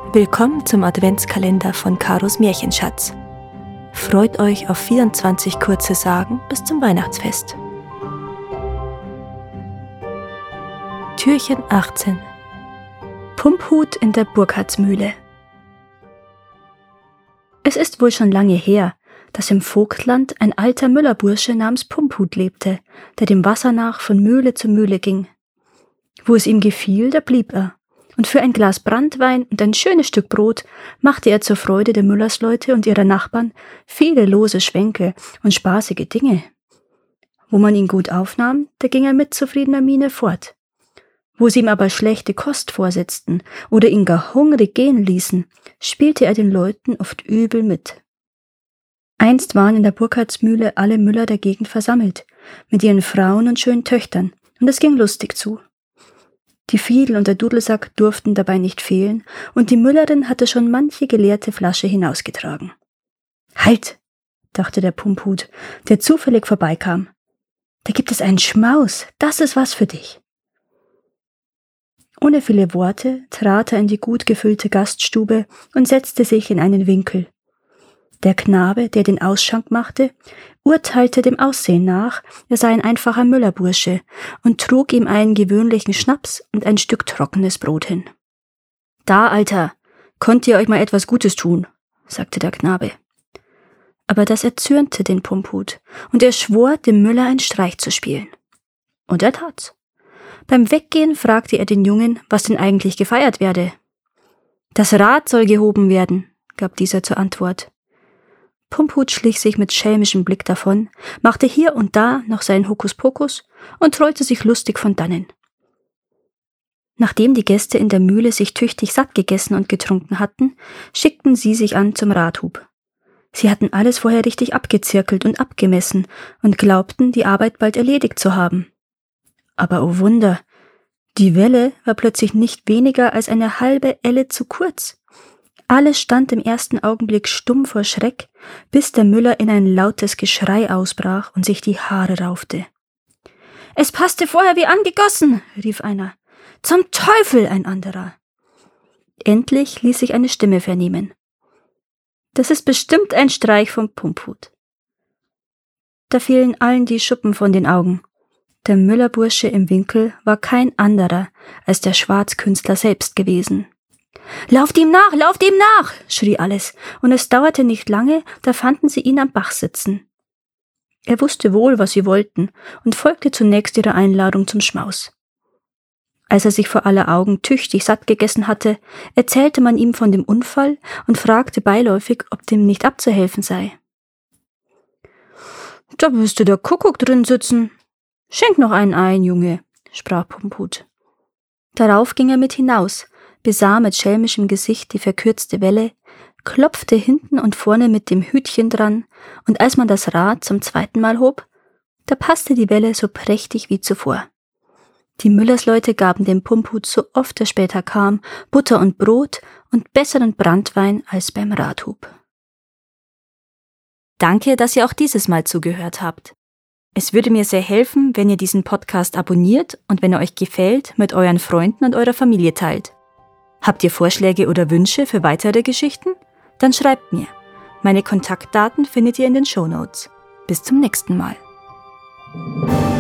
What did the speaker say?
Willkommen zum Adventskalender von Karos Märchenschatz. Freut euch auf 24 kurze Sagen bis zum Weihnachtsfest. Türchen 18. Pumphut in der Burkhardsmühle. Es ist wohl schon lange her, dass im Vogtland ein alter Müllerbursche namens Pumphut lebte, der dem Wasser nach von Mühle zu Mühle ging. Wo es ihm gefiel, da blieb er. Und für ein Glas Branntwein und ein schönes Stück Brot machte er zur Freude der Müllersleute und ihrer Nachbarn viele lose Schwänke und spaßige Dinge. Wo man ihn gut aufnahm, da ging er mit zufriedener Miene fort. Wo sie ihm aber schlechte Kost vorsetzten oder ihn gar hungrig gehen ließen, spielte er den Leuten oft übel mit. Einst waren in der Burkhardsmühle alle Müller der Gegend versammelt, mit ihren Frauen und schönen Töchtern, und es ging lustig zu. Die Fiedel und der Dudelsack durften dabei nicht fehlen, und die Müllerin hatte schon manche geleerte Flasche hinausgetragen. »Halt«, dachte der Pumphut, der zufällig vorbeikam. »Da gibt es einen Schmaus, das ist was für dich.« Ohne viele Worte trat er in die gut gefüllte Gaststube und setzte sich in einen Winkel. Der Knabe, der den Ausschank machte, urteilte dem Aussehen nach, er sei ein einfacher Müllerbursche und trug ihm einen gewöhnlichen Schnaps und ein Stück trockenes Brot hin. »Da, Alter, konnt ihr euch mal etwas Gutes tun«, sagte der Knabe. Aber das erzürnte den Pumphut, und er schwor, dem Müller einen Streich zu spielen. Und er tat's. Beim Weggehen fragte er den Jungen, was denn eigentlich gefeiert werde. »Das Rad soll gehoben werden«, gab dieser zur Antwort. Pumphut schlich sich mit schelmischem Blick davon, machte hier und da noch seinen Hokuspokus und trollte sich lustig von dannen. Nachdem die Gäste in der Mühle sich tüchtig satt gegessen und getrunken hatten, schickten sie sich an zum Radhub. Sie hatten alles vorher richtig abgezirkelt und abgemessen und glaubten, die Arbeit bald erledigt zu haben. Aber oh Wunder, die Welle war plötzlich nicht weniger als eine halbe Elle zu kurz. Alles stand im ersten Augenblick stumm vor Schreck, bis der Müller in ein lautes Geschrei ausbrach und sich die Haare raufte. »Es passte vorher wie angegossen«, rief einer. »Zum Teufel«, ein anderer. Endlich ließ sich eine Stimme vernehmen. »Das ist bestimmt ein Streich vom Pumphut.« Da fielen allen die Schuppen von den Augen. Der Müllerbursche im Winkel war kein anderer als der Schwarzkünstler selbst gewesen. »Lauft ihm nach«, schrie alles, und es dauerte nicht lange, da fanden sie ihn am Bach sitzen. Er wusste wohl, was sie wollten, und folgte zunächst ihrer Einladung zum Schmaus. Als er sich vor aller Augen tüchtig satt gegessen hatte, erzählte man ihm von dem Unfall und fragte beiläufig, ob dem nicht abzuhelfen sei. »Da müsste der Kuckuck drin sitzen. Schenk noch einen ein, Junge«, sprach Pumphut. Darauf ging er mit hinaus, besah mit schelmischem Gesicht die verkürzte Welle, klopfte hinten und vorne mit dem Hütchen dran, und als man das Rad zum zweiten Mal hob, da passte die Welle so prächtig wie zuvor. Die Müllersleute gaben dem Pumphut, so oft er später kam, Butter und Brot und besseren Branntwein als beim Radhub. Danke, dass ihr auch dieses Mal zugehört habt. Es würde mir sehr helfen, wenn ihr diesen Podcast abonniert und wenn er euch gefällt, mit euren Freunden und eurer Familie teilt. Habt ihr Vorschläge oder Wünsche für weitere Geschichten? Dann schreibt mir. Meine Kontaktdaten findet ihr in den Shownotes. Bis zum nächsten Mal.